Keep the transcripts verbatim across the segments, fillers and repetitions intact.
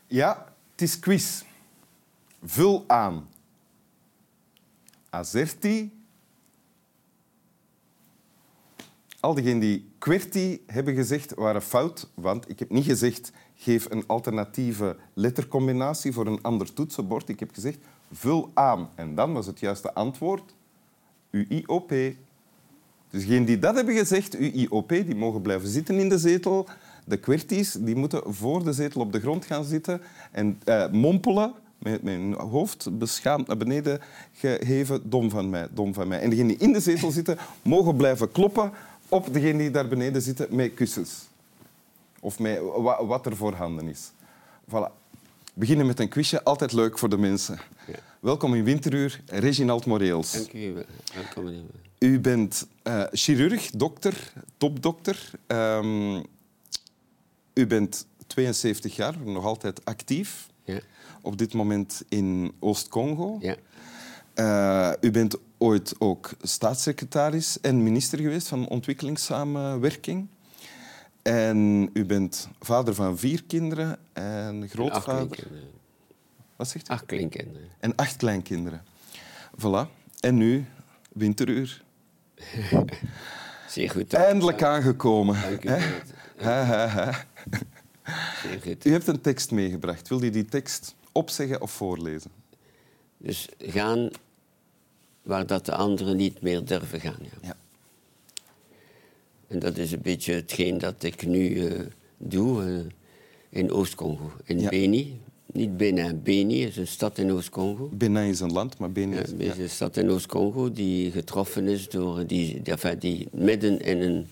Ja, het is quiz. Vul aan. Azerti. Al diegenen die QWERTY hebben gezegd waren fout, want ik heb niet gezegd geef een alternatieve lettercombinatie voor een ander toetsenbord. Ik heb gezegd vul aan. En dan was het juiste antwoord U I O P. Dus degenen die dat hebben gezegd, U I O P, die mogen blijven zitten in de zetel. De QWERTY's die moeten voor de zetel op de grond gaan zitten en uh, mompelen, met mijn hoofd beschaamd naar beneden geheven. Dom van mij, dom van mij. En degenen die in de zetel zitten, mogen blijven kloppen op degenen die daar beneden zitten met kussens. Of met wat er voorhanden is. Voilà. Beginnen met een quizje, altijd leuk voor de mensen. Ja. Welkom in Winteruur, Reginald Moreels. Dank u. Welkom. U bent uh, chirurg, dokter, topdokter. Um, u bent tweeënzeventig jaar, nog altijd actief. Ja. Op dit moment in Oost-Congo. Ja. Uh, u bent ooit ook staatssecretaris en minister geweest van ontwikkelingssamenwerking. En u bent vader van vier kinderen en grootvader... En acht kleinkinderen. Wat zegt u? Acht kleinkinderen. En acht kleinkinderen. Voilà. En nu, Winteruur. Zeer goed. Eindelijk aangekomen. Dank u. Ha, ha, ha. Zeer goed. U hebt een tekst meegebracht. Wil u die tekst opzeggen of voorlezen? Dus gaan waar dat de anderen niet meer durven gaan. Ja. Ja. En dat is een beetje hetgeen dat ik nu uh, doe uh, in Oost-Congo. In ja. Beni. Niet Benin. Beni is een stad in Oost-Congo. Benin is een land, maar Beni is... Ja, is een stad in Oost-Congo die getroffen is door... Die, die, enfin, die midden in een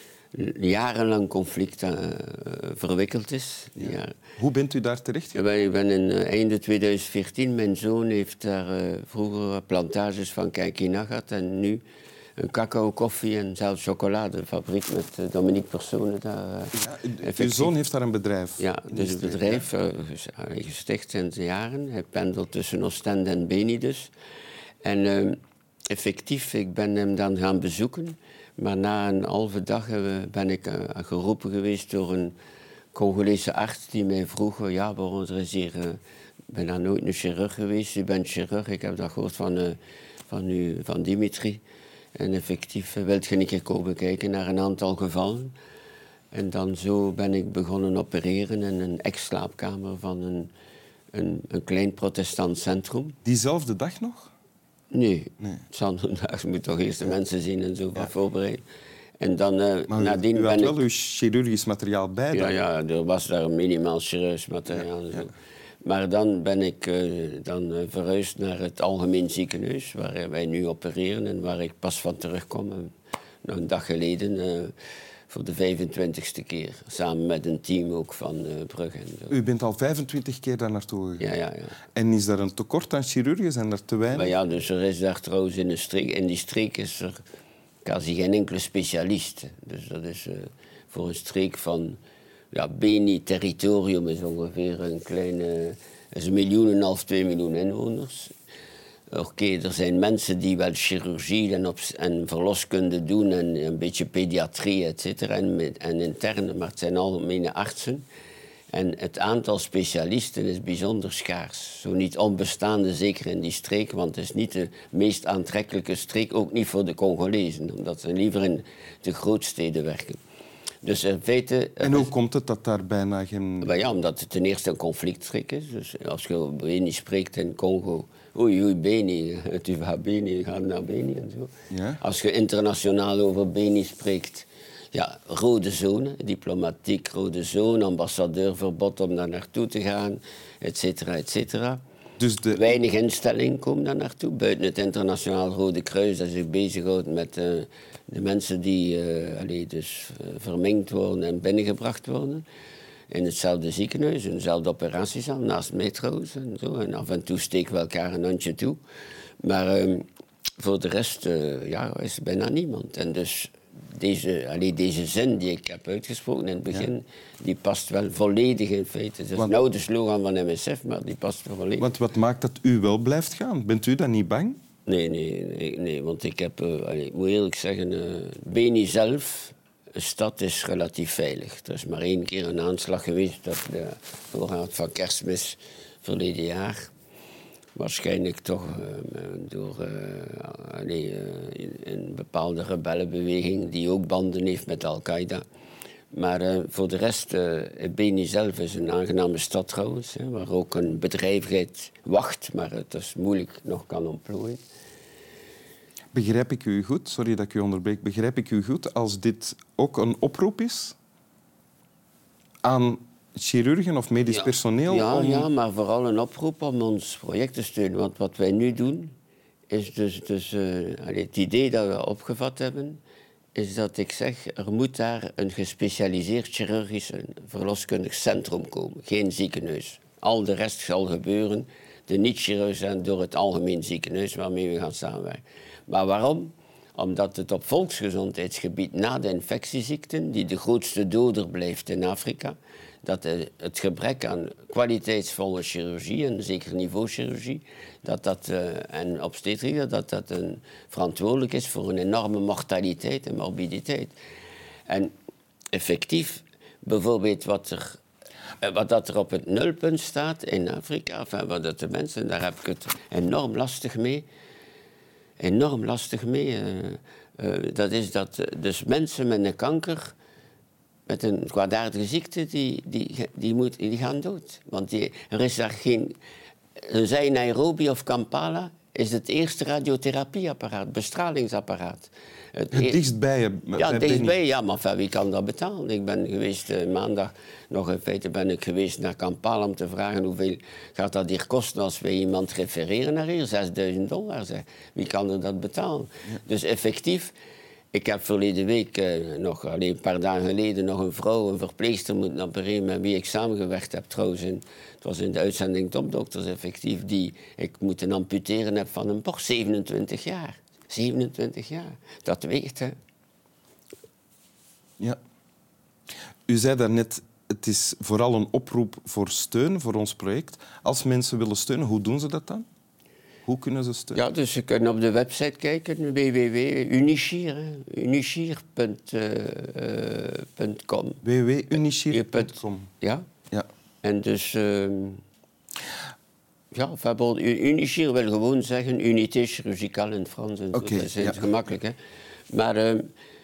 jarenlang conflict uh, verwikkeld is. Ja. Ja. Hoe bent u daar terecht? Ja, ik ben in uh, einde tweeduizend veertien... Mijn zoon heeft daar uh, vroeger plantages van Kaikina gehad en nu... Een cacao, koffie en zelfs chocoladefabriek met uh, Dominique Personen daar. Uh, ja, uw zoon heeft daar een bedrijf. Ja, dus het bedrijf uh, gesticht sinds jaren. Hij pendelt tussen Oostende en Beni dus. En uh, effectief, ik ben hem dan gaan bezoeken. Maar na een halve dag uh, ben ik uh, geroepen geweest door een Congolese arts die mij vroeg... Uh, ja, waarom er is hier... Uh, ik ben daar nooit een chirurg geweest. U bent chirurg. Ik heb dat gehoord van, uh, van, u, van Dimitri. En effectief wilt je een keer komen kijken naar een aantal gevallen. En dan zo ben ik begonnen opereren in een ex-slaapkamer van een, een, een klein protestant centrum. Diezelfde dag nog? Nee, nee. Zondag moet toch eerst de mensen zien en zo ja. voorbereiden. En dan uh, maar nadien u, u had ben wel ik... uw chirurgisch materiaal bij? Ja, ja, er was daar minimaal chirurgisch materiaal. Ja, ja. Maar dan ben ik uh, dan, uh, verhuisd naar het Algemeen Ziekenhuis, waar wij nu opereren en waar ik pas van terugkom. Uh, nog een dag geleden, uh, voor de vijfentwintigste keer. Samen met een team ook van uh, Brugge. En zo. U bent al vijfentwintig keer daar naartoe gegaan? Ja, ja, ja. En is daar een tekort aan chirurgen? Zijn er te weinig? Maar ja, dus er is daar trouwens in, de streek, in die streek is er quasi geen enkele specialist. Dus dat is uh, voor een streek van... Ja, Beni-territorium is ongeveer een kleine... is een miljoen en een half, twee miljoen inwoners. Oké, okay, er zijn mensen die wel chirurgie en, op, en verloskunde doen en een beetje pediatrie, et cetera, en, en interne, maar het zijn algemene artsen. En het aantal specialisten is bijzonder schaars. Zo niet onbestaande, zeker in die streek, want het is niet de meest aantrekkelijke streek, ook niet voor de Congolezen, omdat ze liever in de grootsteden werken. Dus in feite... En hoe komt het dat daar bijna geen... Maar ja, omdat het ten eerste een conflictstreek is. Dus als je Beni spreekt in Congo... Oei, oei, Beni, tu vas Beni, ga naar Beni en zo. Ja? Als je internationaal over Beni spreekt... Ja, rode zone, diplomatiek rode zone, ambassadeurverbod om daar naartoe te gaan, et cetera, et cetera. Dus de... Weinig instellingen komen daar naartoe. Buiten het internationaal Rode Kruis dat zich bezighoudt met uh, de mensen die uh, allee, dus, uh, verminkt worden en binnengebracht worden. In hetzelfde ziekenhuis, in dezelfde operatiezaal, naast mij trouwens. En, zo. En af en toe steken we elkaar een handje toe. Maar uh, voor de rest uh, ja, is er bijna niemand. En dus deze, allee, deze zin die ik heb uitgesproken in het begin, ja. die past wel volledig in feite. Het is want, nou de slogan van M S F, maar die past wel volledig. Want wat maakt dat u wel blijft gaan? Bent u dan niet bang? Nee, nee, nee, nee want ik heb, uh, allee, ik moet eerlijk zeggen, uh, Beni zelf een stad is relatief veilig. Er is maar één keer een aanslag geweest op de voorraad van Kerstmis verleden jaar. Waarschijnlijk toch uh, door uh, nee, uh, een bepaalde rebellenbeweging die ook banden heeft met Al-Qaeda. Maar uh, voor de rest, uh, Beni zelf is een aangename stad trouwens, hè, waar ook een bedrijvigheid wacht, maar het is moeilijk nog kan ontplooien. Begrijp ik u goed? Sorry dat ik u onderbreek. Begrijp ik u goed als dit ook een oproep is aan chirurgen of medisch ja. personeel? Ja, om... ja, maar vooral een oproep om ons project te steunen. Want wat wij nu doen, is dus, dus uh, het idee dat we opgevat hebben, is dat ik zeg, er moet daar een gespecialiseerd chirurgisch verloskundig centrum komen. Geen ziekenhuis. Al de rest zal gebeuren. De niet-chirurgen zijn door het algemeen ziekenhuis waarmee we gaan samenwerken. Maar waarom? Omdat het op volksgezondheidsgebied na de infectieziekten, die de grootste doder blijft in Afrika, dat het gebrek aan kwaliteitsvolle chirurgie, en zeker niveauchirurgie, dat dat, uh, en obstetrie, dat dat een, verantwoordelijk is voor een enorme mortaliteit en morbiditeit. En effectief, bijvoorbeeld wat er, wat dat er op het nulpunt staat in Afrika, enfin, wat dat de mensen, daar heb ik het enorm lastig mee. Enorm lastig mee. Uh, uh, dat is dat uh, dus mensen met een kanker, met een kwaadaardige ziekte, die, die, die, moet, die gaan dood. Want die, er is daar geen... Zij in Nairobi of Kampala is het eerste radiotherapieapparaat, bestralingsapparaat. Het, het dichtstbij je. Ja, dichtstbij, ja, maar enfin, wie kan dat betalen? Ik ben geweest uh, maandag, nog in feite ben ik geweest naar Kampala om te vragen hoeveel gaat dat hier kosten als wij iemand refereren naar hier. zesduizend dollar, zeg. Wie kan er dat betalen? Ja. Dus effectief, ik heb verleden week, uh, nog alleen een paar dagen geleden, nog een vrouw, een verpleegster moeten opereren met wie ik samengewerkt heb trouwens. In, het was in de uitzending Topdokters effectief, die ik moeten amputeren heb van een borst, zevenentwintig jaar. zevenentwintig jaar, dat weegt, hè. Ja. U zei daarnet, het is vooral een oproep voor steun voor ons project. Als mensen willen steunen, hoe doen ze dat dan? Hoe kunnen ze steunen? Ja, dus ze kunnen op de website kijken, w w w punt unichir, unichir punt com. w w w punt unichir punt com. Ja. Ja. En dus... Uh, ja, Unichir wil gewoon zeggen unité chirurgicale in het Frans. En okay, dat is heel ja. gemakkelijk, hè. Maar uh,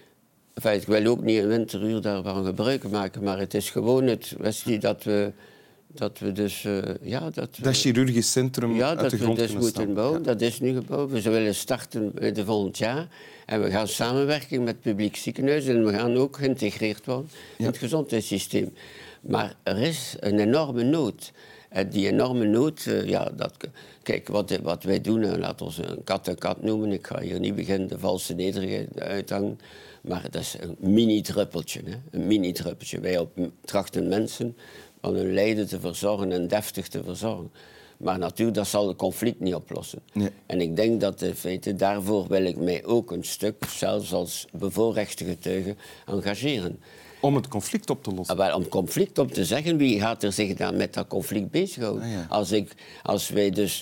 enfin, ik wil ook niet een winteruur daarvan gebruik maken, maar het is gewoon het kwestie dat we... Dat we dus... Uh, ja, dat, we, dat chirurgisch centrum ja, uit dat de grond we dus moeten staan. bouwen. Ja. Dat is nu gebouwd. We willen starten de volgend jaar. En we gaan samenwerken met het publiek ziekenhuis. En we gaan ook geïntegreerd worden in ja. het gezondheidssysteem. Maar er is een enorme nood. En die enorme nood, uh, ja, dat... Kijk, wat, wat wij doen, uh, laat ons een kat een kat noemen. Ik ga hier niet beginnen de valse nederigheid uithangen. Maar dat is een mini-druppeltje. Hè? Een mini-druppeltje. Wij op, trachten mensen van hun lijden te verzorgen en deftig te verzorgen. Maar natuurlijk, dat zal het conflict niet oplossen. Nee. En ik denk dat in feite, daarvoor wil ik mij ook een stuk, zelfs als bevoorrechte getuige, engageren. Om het conflict op te lossen? Ah, om het conflict op te zeggen, wie gaat er zich dan met dat conflict bezighouden? Ah, ja. als, ik, als wij dus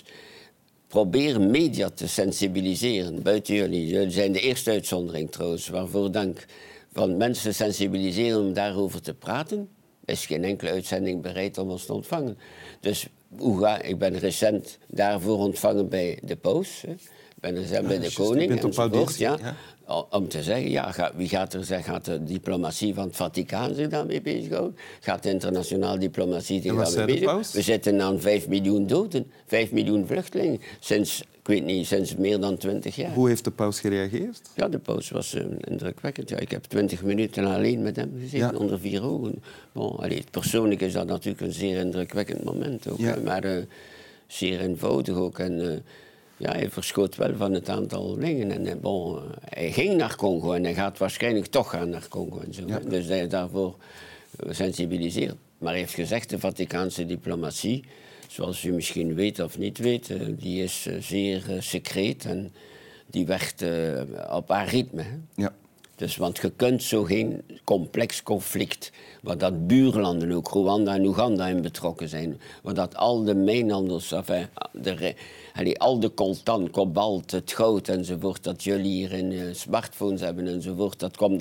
proberen media te sensibiliseren, buiten jullie, jullie zijn de eerste uitzondering trouwens, waarvoor dank, van mensen sensibiliseren om daarover te praten, is geen enkele uitzending bereid om ons te ontvangen. Dus hoe ga, ik ben recent daarvoor ontvangen bij de paus, hè. Ik ben recent bij de just, koning enzovoort, ja, ja. Om te zeggen, ja, ga, wie gaat er zeggen, gaat de diplomatie van het Vaticaan zich daarmee bezighouden? Gaat de internationale diplomatie zich daarmee bezighouden? We zitten aan vijf miljoen doden, vijf miljoen vluchtelingen, sinds, ik weet niet, sinds meer dan twintig jaar. Hoe heeft de paus gereageerd? Ja, de paus was uh, indrukwekkend. Ja, ik heb twintig minuten alleen met hem gezeten, ja. onder vier ogen. Bon, allee, persoonlijk is dat natuurlijk een zeer indrukwekkend moment ook, ja. maar uh, zeer eenvoudig ook. En, uh, ja, hij verschoot wel van het aantal dingen. En bon, hij ging naar Congo en hij gaat waarschijnlijk toch gaan naar Congo. En zo. Ja. Dus hij is daarvoor sensibiliseerd. Maar hij heeft gezegd, de Vaticaanse diplomatie, zoals u misschien weet of niet weet, die is zeer secreet en die werkt op haar ritme. Ja. Dus, want je kunt zo geen complex conflict, waar dat buurlanden, ook Rwanda en Oeganda in betrokken zijn, waar dat al de mijnhandels, enfin, de, allee, al de coltan, kobalt, het goud enzovoort, dat jullie hier in uh, smartphones hebben enzovoort, dat komt al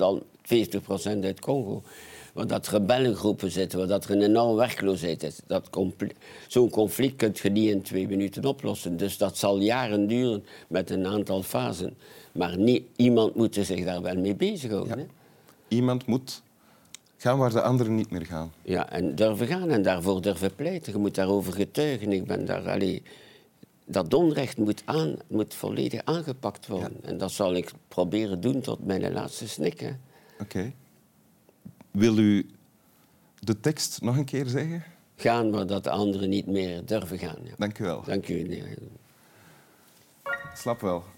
vijftig procent uit Congo. Waar dat rebellengroepen zitten, waar dat er een enorme werkloosheid is. Dat compl- Zo'n conflict kun je niet in twee minuten oplossen. Dus dat zal jaren duren met een aantal fasen. Maar niet, iemand moet zich daar wel mee bezighouden. Ja. Hè? Iemand moet gaan waar de anderen niet meer gaan. Ja, en durven gaan en daarvoor durven pleiten. Je moet daarover getuigen. Ik ben daar, allee, dat onrecht moet, aan, moet volledig aangepakt worden. Ja. En dat zal ik proberen doen tot mijn laatste snik. Oké. Okay. Wil u de tekst nog een keer zeggen? Gaan waar dat de anderen niet meer durven gaan. Ja. Dank u wel. Dank u. Slap wel.